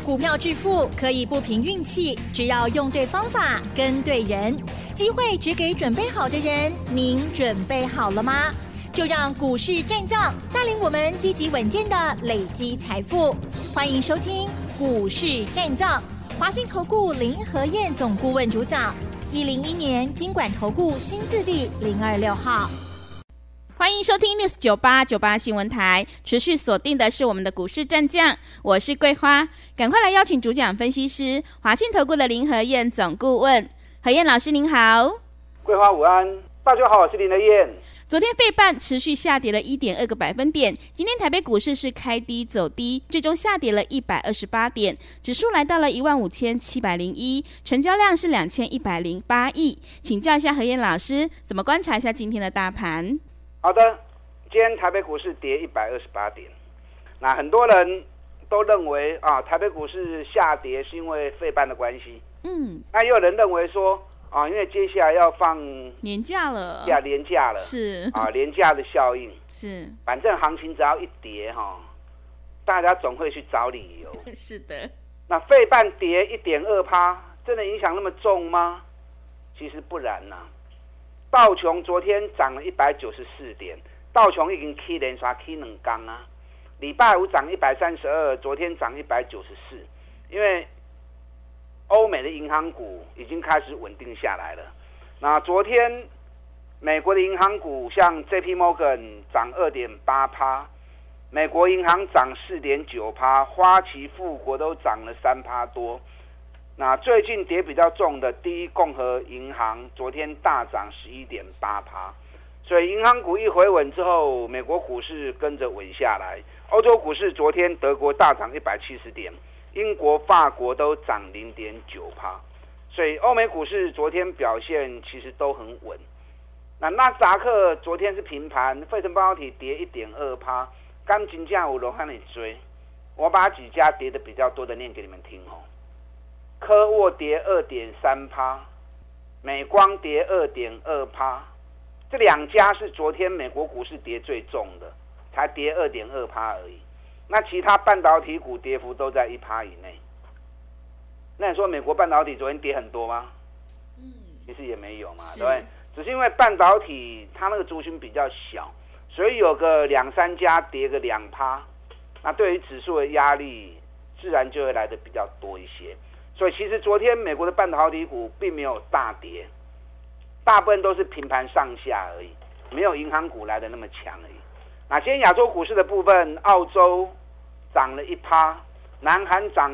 股票致富可以不凭运气，只要用对方法跟对人。机会只给准备好的人，您准备好了吗？就让股市战将带领我们积极稳健的累积财富。欢迎收听股市战将，华信投顾林和彥总顾问主讲，101年金管投顾新字第026号。 欢迎收听 News98 新闻台，持续锁定的是我们的股市战将，我是桂花，赶快来邀请主讲分析师华信投顾的林和彥总顾问。和彥老师您好。 桂花午安，大家好，我是林和彥。 昨天费半持续下跌了 1.2 个百分点，今天台北股市是开低走低，最终下跌了128点，指数来到了15701，成交量是2108亿。请教一下和彥老师，怎么观察一下今天的大盘？ 好的，今天台北股市跌128点，那很多人都认为台北股市下跌是因为费半的关系，那也有人认为说因为接下来要放年假了， 连假了，是连假的效应是，反正行情只要一跌大家总会去找理由。 是的， 那费半跌1.2%，真的影响那么重吗？其实不然呐。道琼昨天涨了194点，道琼已经起连刷起2天啊。礼拜五涨132，昨天涨194，因为欧美的银行股已经开始稳定下来了。那昨天美国的银行股像 JP Morgan 涨2.8%，美国银行涨4.9%，花旗富国都涨了3%多。那最近跌比较重的第一共和银行昨天大涨11.8%，所以银行股一回稳之后，美国股市跟着稳下来。欧洲股市昨天德国大涨170点，英国、法国都涨0.9%，所以欧美股市昨天表现其实都很稳。那纳斯达克昨天是平盘，费城半导体跌1.2%，刚金价有人和你追，我把几家跌的比较多的念给你们听科沃跌2.3%，美光跌2.2%，这两家是昨天美国股市跌最重的，才跌2.2%而已。那其他半导体股跌幅都在1%以内。那你说美国半导体昨天跌很多吗？其实也没有嘛，对不对？只是因为半导体它那个族群比较小，所以有个2-3家跌个2%，那对于指数的压力自然就会来的比较多一些。所以其实昨天美国的半导体股并没有大跌，大部分都是平盘上下而已，没有银行股来的那么强而已。那今天亚洲股市的部分，澳洲涨了1%，南韩涨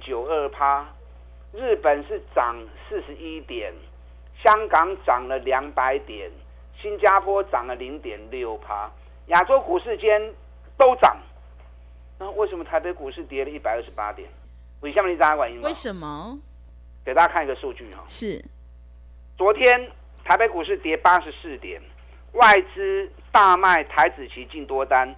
0.92%，日本是涨41点，香港涨了200点，新加坡涨了0.6%，亚洲股市间都涨。那为什么台北股市跌了128点？为什么你知道原因吗？ 为什么？ 给大家看一个数据是， 昨天台北股市跌84点，外资大卖台指期净多单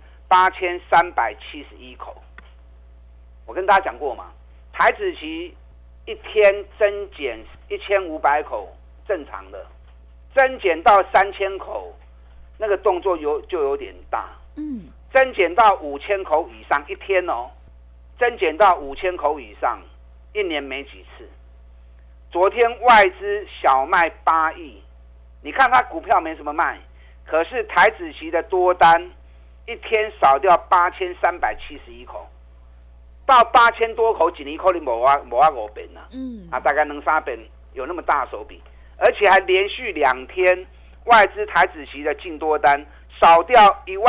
8371口。我跟大家讲过嘛，台指期一天增减1500口正常的，增减到3000口那个动作就有点大。增减到5000口以上一天增减到5000口以上，一年没几次。昨天外资小卖8亿，你看他股票没什么卖，可是台指期的多单一天少掉8371口，到8000多口，一年可能没5遍了。大概2-3遍有那么大手笔，而且还连续2天外资台指期的净多单少掉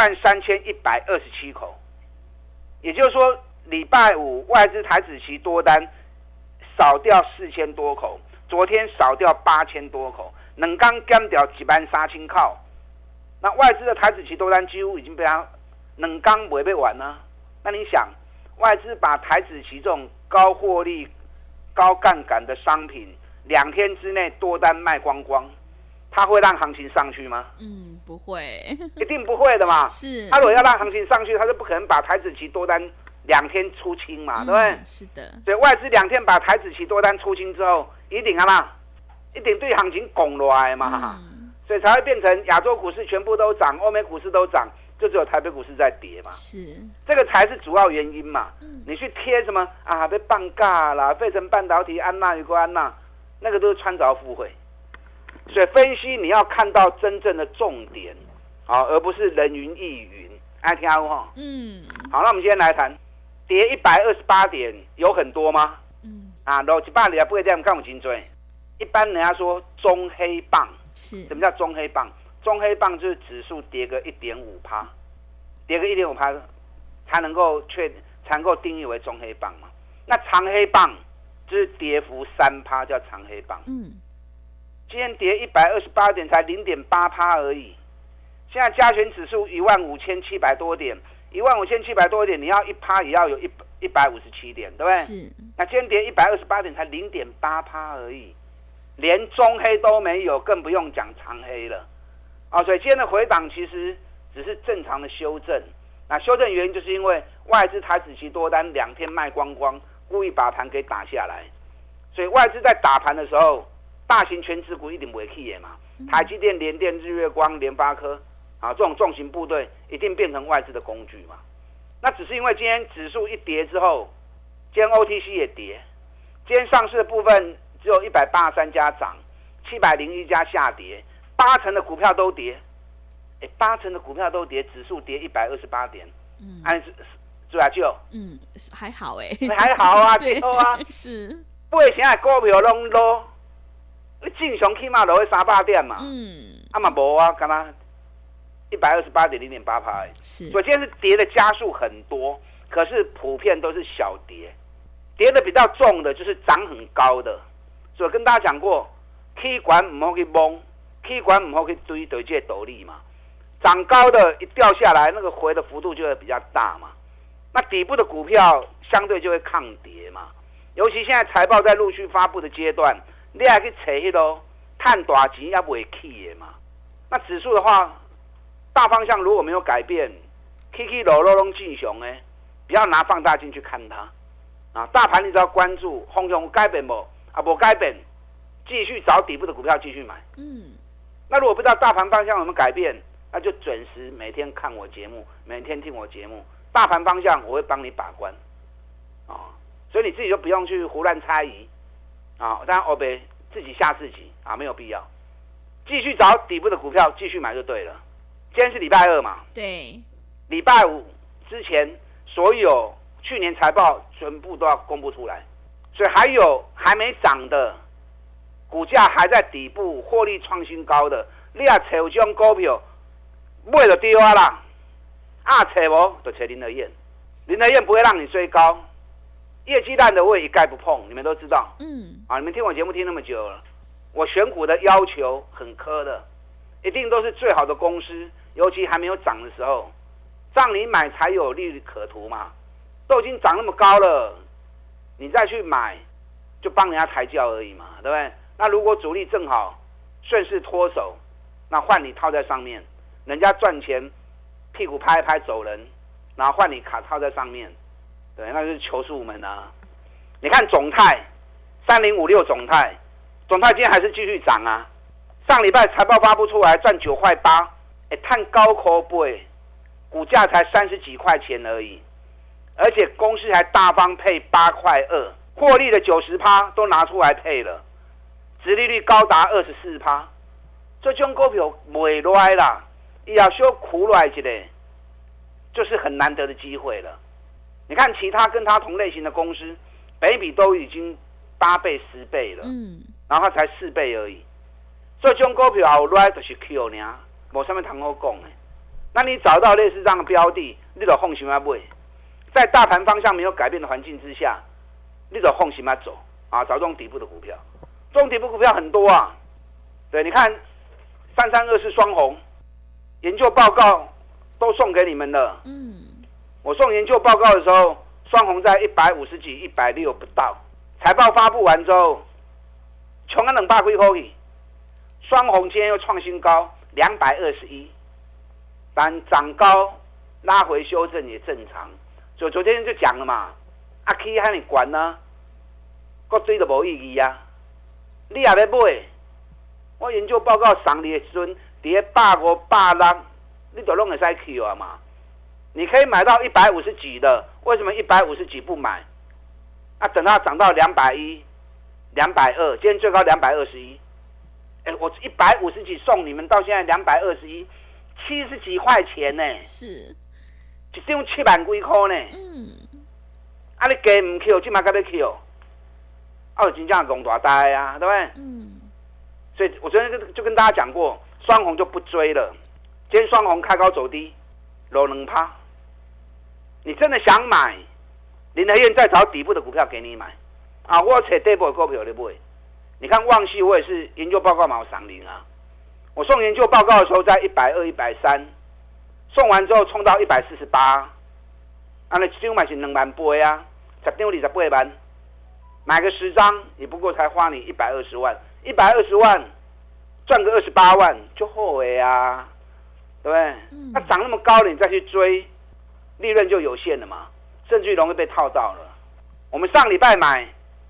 13127口，也就是说。礼拜五外资台指期多单少掉4000多口，昨天少掉8000多口，两天减掉13000口。那外资的台指期多单几乎已经被他两天没被完了。那你想，外资把台指期这种高获利、高杠杆的商品2天之内多单卖光光，它会让行情上去吗？ 不会， 一定不会的嘛。 是， 他如果要让行情上去，他就不可能把台指期多单2天出清嘛，对不对？ 是的。 所以外资2天把台指期多单出清之后，一定对行情拱落来嘛，所以才会变成亚洲股市全部都涨，欧美股市都涨， 就只有台北股市在跌嘛， 是这个才是主要原因嘛。你去贴什么啊？被放假啦，费城半导体安娜与安娜，那个都是穿凿附会。所以分析你要看到真正的重点，而不是人云亦云。爱听哈？好，那我们今天来谈，跌128点有很多吗？落128点看不清楚。一般人家说中黑棒， 是什么叫中黑棒？中黑棒就是指数跌个 1.5%， 跌个 1.5% 才能够定义为中黑棒嘛。那长黑棒就是跌幅3%，叫长黑棒。今天跌128点，才 0.8% 而已。现在加权指数15700多点，15700多点，你要1%也要有157点，对不对？ 是。 那今天跌128点，才 0.8% 而已，连中黑都没有，更不用讲长黑了。所以今天的回档其实只是正常的修正。那修正原因就是因为外资台指期多单2天卖光光，故意把盘给打下来。所以外资在打盘的时候，大型全指股一定不会起的嘛。台积电、联电、日月光、联发科这种重型部队一定变成外资的工具嘛。那只是因为今天指数一跌之后，今天 OTC 也跌，今天上市的部分只有183家涨，701家下跌，8成的股票都跌，8成的股票都跌，指数跌128点，是吧？就还好还好啊， 对啊， 是 8成的股票拢落，你正常起码落去300点嘛，嘛无啊，干嘛128点 0.8%， 是， 所以今天是跌的家数很多，可是普遍都是小跌，跌的比较重的就是涨很高的，所以跟大家讲过，起管唔好去蒙，起管唔好去追对这道理嘛，涨高的一掉下来，那个回的幅度就会比较大嘛，那底部的股票相对就会抗跌嘛，尤其现在财报在陆续发布的阶段，你还去找迄个赚大钱也不会起的嘛，那指数的话，大方向如果没有改变，起起落落拢正常的，不要拿放大镜去看它大盘你只要关注方向改变没没改变，继续找底部的股票继续买。那如果不知道大盘方向有没有改变，那就准时每天看我节目，每天听我节目，大盘方向我会帮你把关所以你自己就不用去胡乱猜疑当然我别自己吓自己没有必要，继续找底部的股票继续买就对了。今天是礼拜二嘛， 对， 礼拜五之前所有去年财报全部都要公布出来，所以还有还没涨的股价还在底部获利创新高的，你要找这种股票买就对啊啦，找无就找林和燕，林和燕不会让你追高，业绩烂的我也一概不碰，你们都知道。你们听我节目听那么久了，我选股的要求很苛的，一定都是最好的公司，尤其还没有涨的时候，让你买才有利可图嘛。都已经涨那么高了，你再去买，就帮人家抬轿而已嘛，对不对？那如果主力正好顺势脱手，那换你套在上面，人家赚钱，屁股拍一拍走人，然后换你卡套在上面，对，那就是求速门啊。你看总泰3056总泰今天还是继续涨啊。上礼拜财报发布出来赚9.8块，探高口背，股价才30几块钱而已，而且公司还大方配8.2块，获利的90%都拿出来配了，殖利率高达24%，这种股票卖赖啦，要修苦赖一下，就是很难得的机会了。你看其他跟它同类型的公司，本益比都已经8倍、10倍了，然后它才4倍而已。这种股票后来就是 Q 呢，没什么通好讲的。那你找到类似这样的标的，你就放心买。在大盘方向没有改变的环境之下，你就放心走找这种底部的股票。这种底部股票很多啊，对，你看3324双红，研究报告都送给你们了。我送研究报告的时候，双红在150几、160不到。财报发布完之后，穷了200几块，双红今天又创新高221，但涨高拉回修正也正常。所以昨天就讲了嘛，起喊你管呢，我追都无意义啊。你也要买，我研究报告送你的时阵，伫150、160、 你都弄个塞 Q 啊嘛？你可以买到150几的，为什么150几不买？啊，等它涨到210、220，今天最高221。我150几送你们，到现在221， 70几块钱呢？ 是， 一张7万几块呢？啊，你加唔 Q， 今嘛该要 Q， 啊，真正戆大呆啊，对不对？所以我昨天就跟大家讲过，双红就不追了。今天双红开高走低，落2%。你真的想买，林和彥再找底部的股票给你买啊！我找底部的股票你买。你看旺系，我也是研究报告嘛，我赏0啊。我送研究报告的时候在120、130，送完之后冲到148，啊，那一张买是28000啊，10张28万，买个10张也不过才花你120万，120万赚个28万就后悔啊，对不对？它涨那么高了，你再去追，利润就有限了嘛，甚至容易被套到了。我们上礼拜买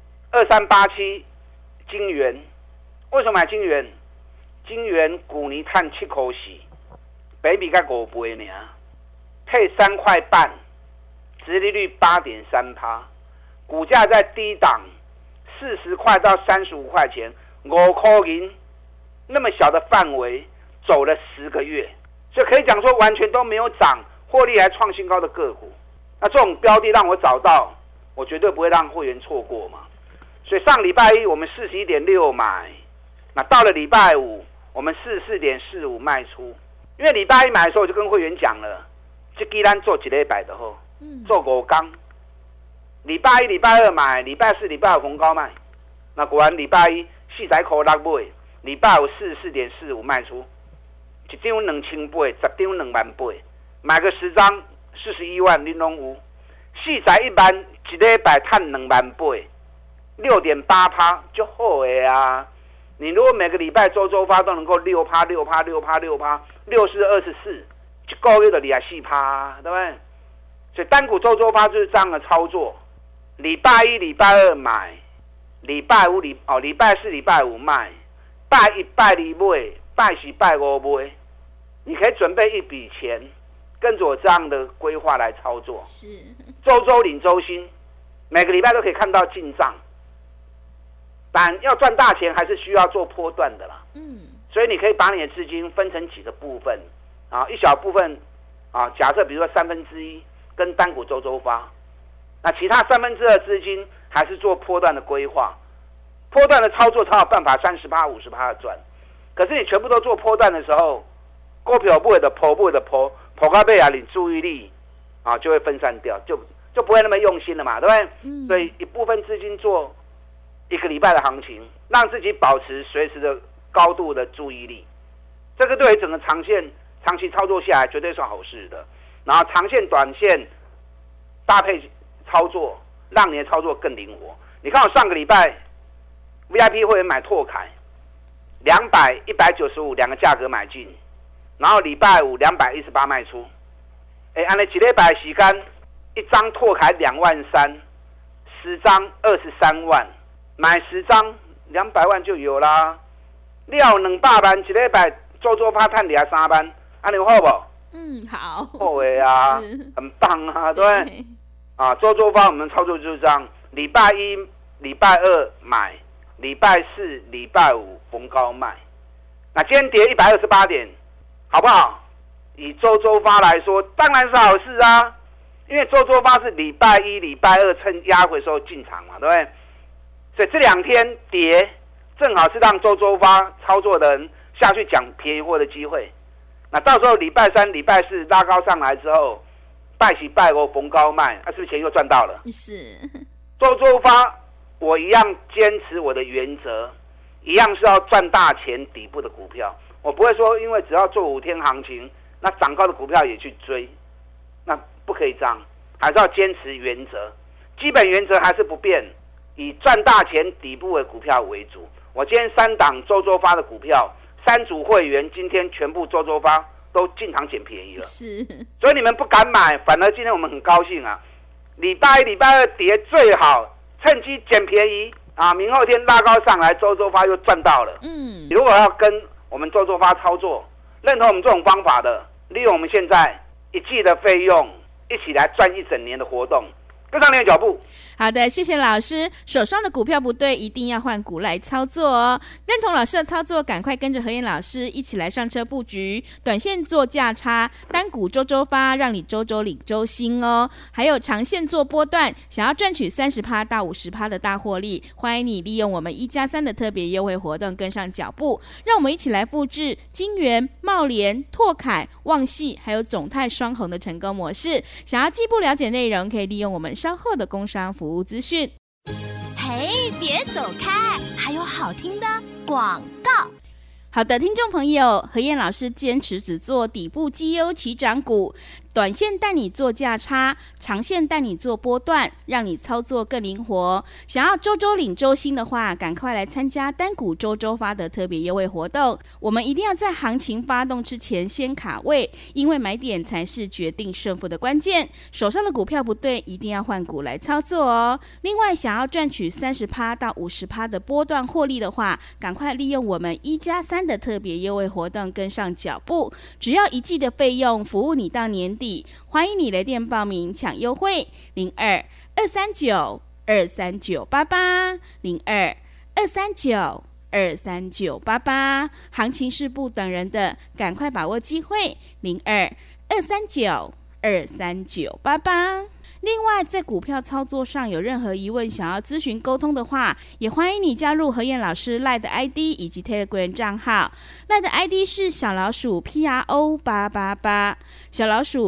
2387金元，为什么买金元？金元股尼碳7口洗，北比才5倍呢，配3块半，殖利率8.3%，股价在低档40块到35块钱，5块银，那么小的范围走了10个月，所以可以讲说完全都没有涨，获利还创新高的个股。那这种标的让我找到，我绝对不会让会员错过嘛。所以上礼拜一我们41.6买，那到了礼拜五我们44.45卖出。因为礼拜一买的时候我就跟会员讲了，这既然做1礼拜的后，做5天，礼拜一、礼拜二买，礼拜四、礼拜五逢高卖。那果然礼拜一40块6买，礼拜五44.45卖出，一张2800，10张28000，买个10张41万，你拢有41万1礼拜赚28000。6.8% 就好的啊！你如果每个礼拜周发都能够6%、6%、6%、6%、6是24，一个月就24%，对不对？所以单股周发就是这样的操作。礼拜一、礼拜二买，礼拜五、礼拜四、礼拜五卖，拜一、拜二买，拜四、拜五买。你可以准备一笔钱，跟着我这样的规划来操作。 是， 周领周薪，每个礼拜都可以看到进账。但要赚大钱还是需要做波段的啦。所以你可以把你的资金分成几个部分啊，一小部分啊，假设比如说1/3跟单股周发，那其他2/3资金还是做波段的规划，波段的操作才有办法30%、50%的赚。可是你全部都做波段的时候，股票不会的破，不会的破到尾啊，你注意力啊就会分散掉，就不会那么用心了嘛，对不对？所以一部分资金做1个礼拜的行情，让自己保持随时的高度的注意力，这个对于整个长期操作下来绝对是好事的。然后长线、短线搭配操作，让你的操作更灵活。你看我上个礼拜 VIP 会员买拓凯200、195两个价格买进，然后礼拜五218卖出。按照1礼拜的时间，一张拓凯2万3，10张23万。买10张200万就有啦，你要200万，1礼拜周趴赚2-3万，安尼好不？ 好。 好的啊，很棒啊，对不对？啊，周发我们操作就是这样，礼拜一、礼拜二买，礼拜四、礼拜五逢高卖。那今天跌128点，好不好？以周发来说，当然是好事啊，因为周发是礼拜一、礼拜二趁压回时候进场嘛，对不对？所以这2天跌，正好是让周发操作的人下去抢便宜货的机会。那到时候礼拜三、礼拜四拉高上来之后，拜四、拜五逢高卖，是不是钱又赚到了？ 是。 周发，我一样坚持我的原则，一样是要赚大钱底部的股票。我不会说因为只要做5天行情，那涨高的股票也去追，那不可以这样，还是要坚持原则，基本原则还是不变。以赚大钱底部的股票为主。我今天3档周发的股票，3组会员今天全部周发都进场捡便宜了。 是， 所以你们不敢买，反而今天我们很高兴啊！礼拜一、礼拜二跌最好，趁机捡便宜啊！明后天拉高上来，周发又赚到了。你如果要跟我们周发操作，认同我们这种方法的， 利用我们现在一季的费用，一起来赚一整年的活动，跟上你的脚步。 好的，谢谢老师。手上的股票不对，一定要换股来操作哦。认同老师的操作，赶快跟着何燕老师一起来上车布局，短线做价差，单股周周发，让你周周领周薪哦。还有长线做波段，想要赚取30%到50%的大获利，欢迎你利用我们1+3的特别优惠活动跟上脚步，让我们一起来复制金元、茂联、拓凯、旺系还有总泰双红的成功模式。想要进一步了解内容，可以利用我们稍后的工商服务资讯。 嘿，别走开，还有好听的广告。 好的，听众朋友，何燕老师坚持只做底部绩优起涨股，短线带你做价差，长线带你做波段，让你操作更灵活。想要周周领周薪的话，赶快来参加单股周周发的特别优惠活动。我们一定要在行情发动之前先卡位，因为买点才是决定胜负的关键。手上的股票不对，一定要换股来操作哦。另外，想要赚取30%到50%的波段获利的话，赶快利用我们1+3的特别优惠活动跟上脚步，只要一季的费用，服务你到年底。欢迎你来电报名抢优惠，02-239-23988，02-239-23988，行情是不等人的，赶快把握机会，02-239-23988。另外，在股票操作上有任何疑问想要咨询沟通的话，也欢迎你加入何燕老师 LINE 的 ID 以及 Telegram 账号。LINE 的 ID 是小老鼠 PRO888， 小老鼠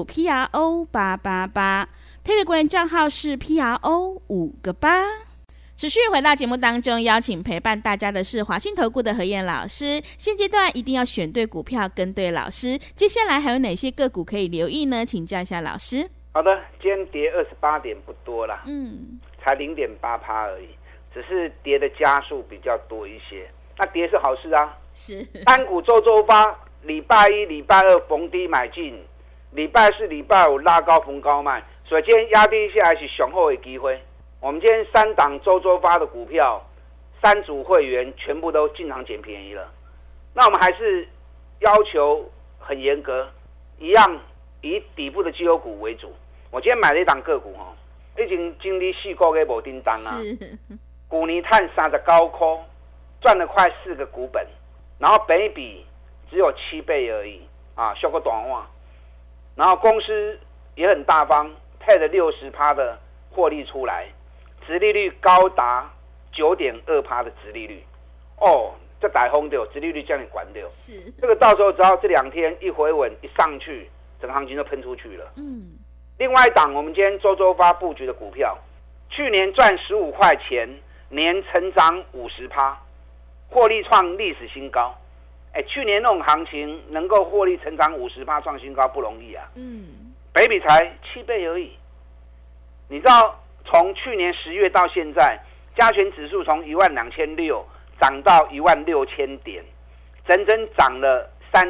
PRO888， Telegram 账号是 PRO5个8。持续回到节目当中，邀请陪伴大家的是华信投顾的何燕老师。现阶段一定要选对股票，跟对老师。接下来还有哪些个股可以留意呢？请教一下老师。 好的，今天跌28点不多啦，才0.8%而已，只是跌的家数比较多一些。那跌是好事啊， 是单股周周发，礼拜一、礼拜二逢低买进，礼拜四、礼拜五拉高逢高卖，所以今天压低下来是雄厚的机会。我们今天3档周周发的股票，3组会员全部都进场捡便宜了。那我们还是要求很严格，一样以底部的绩优股为主。我今天买了一档个股已经经历4个月没订单了，去年赚39块，赚了快4个股本，然后本益比只有7倍而已啊，小个短话。然后公司也很大方，配了60%的获利出来，殖利率高达 9.2% 的殖利率。哦，这大风掉，殖利率叫你管掉。是这个到时候只要这2天一回稳一上去，整个行情就喷出去了。另外一档我们今天周周发布局的股票，去年赚15块钱，年成长50%，获利创历史新高。去年那种行情能够获利成长50%创新高不容易啊。本益比才7倍而已。你知道从去年10月到现在，加权指数从12600涨到16000点，整整涨了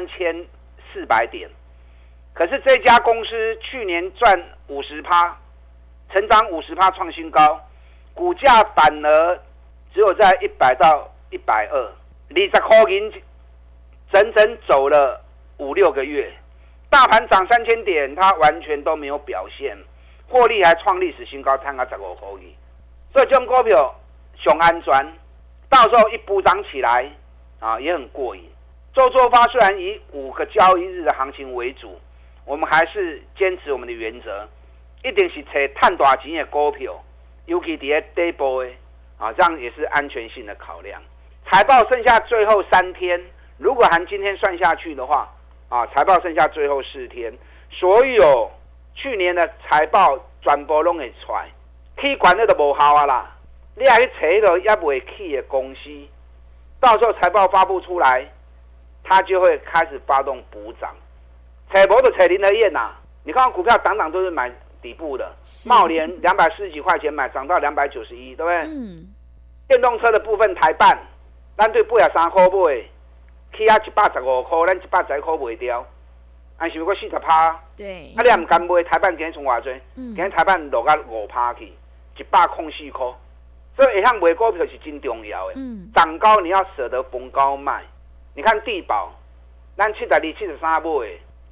3400点。可是这家公司去年赚50%，成长50%创新高，股价反而只有在100到120，20块钱整整走了5-6个月。大盘涨3000点，它完全都没有表现，获利还创历史新高，赚到15块钱。所以这种股票上安全，到时候一补涨起来也很过瘾。周周发虽然以5个交易日的行情为主，我们还是坚持我们的原则，一定是找赚大钱的股票，尤其在底部的这样也是安全性的考量。财报剩下最后3天，如果含今天算下去的话，财报剩下最后4天，所有去年的财报全部都会出来，去管那都无效啊啦！你还去找一个也不会去的公司，到时候财报发布出来，它就会开始发动补涨。找无就找林和燕呐！你看股票档档都是买底部的，茂联240几块钱买，涨到291，对不对？电动车的部分台办，咱对83块买，起啊115块，咱110块卖掉，按是不过40%。对。你也唔敢买，台办今天从偌济？今天台办落到5%去，104块。所以下买股票是真重要的。涨高你要舍得逢高卖。你看地保，咱72、73买。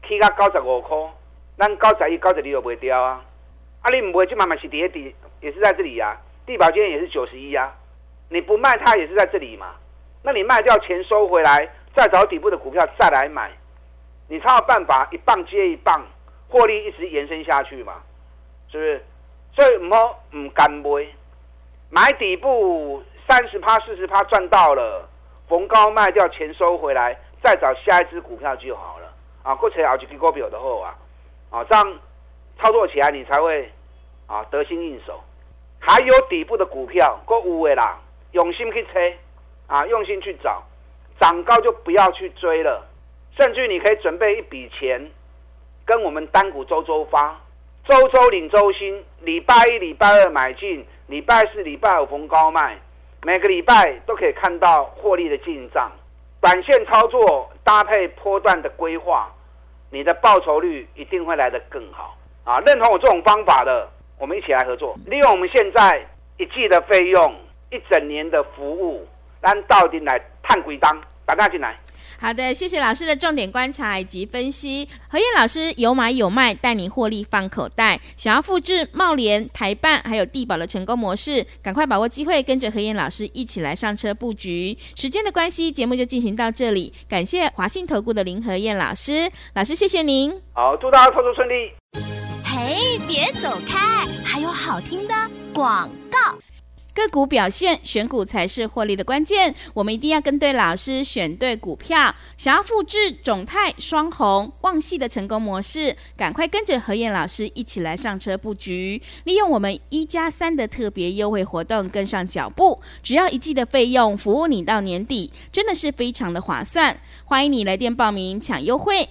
起到95块，咱91、92就卖掉啊。啊，你不会就慢慢是跌底，也是在这里啊。地保今天也是91啊，你不卖它也是在这里嘛。那你卖掉钱收回来，再找底部的股票再来买，你才有办法一棒接一棒，获利一直延伸下去嘛，是不是？所以唔敢买底部30%、40%赚到了，逢高卖掉钱收回来，再找下一支股票就好了啊。过去后一支股票就好啊，这样操作起来你才会得心应手。还有底部的股票，还有的啦，用心去找用心去找，涨高就不要去追了，甚至你可以准备一笔钱，跟我们单股周发，周领周薪，礼拜一、礼拜二买进，礼拜四、礼拜五逢高卖，每个礼拜都可以看到获利的进账。短线操作搭配波段的规划，你的报酬率一定会来得更好啊！认同我这种方法的，我们一起来合作，利用我们现在1季的费用，1整年的服务，咱到底来探几档，打电话进来。 好的，谢谢老师的重点观察以及分析。和彦老师有买有卖，带你获利放口袋。想要复制茂联、台办还有地保的成功模式，赶快把握机会，跟着和彦老师一起来上车布局。时间的关系，节目就进行到这里。感谢华信投顾的林和彦老师，老师谢谢您。 好，祝大家操作顺利。 嘿，别走开，还有好听的广告。 个股表现，选股才是获利的关键。我们一定要跟对老师，选对股票。想要复制种泰、双红、旺系的成功模式，赶快跟着和彦老师一起来上车布局。利用我们1+3的特别优惠活动，跟上脚步。只要1季的费用，服务你到年底，真的是非常的划算。欢迎你来电报名抢优惠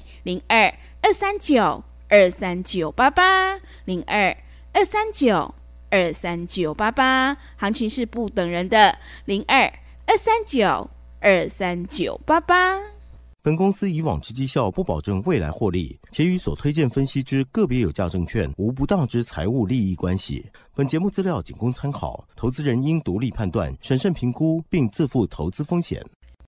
，02-239-239880223988，行情是不等人的，02-239-239888。 本公司以往之绩效不保证未来获利，且与所推荐分析之个别有价证券无不当之财务利益关系。本节目资料仅供参考，投资人应独立判断、审慎评估，并自负投资风险。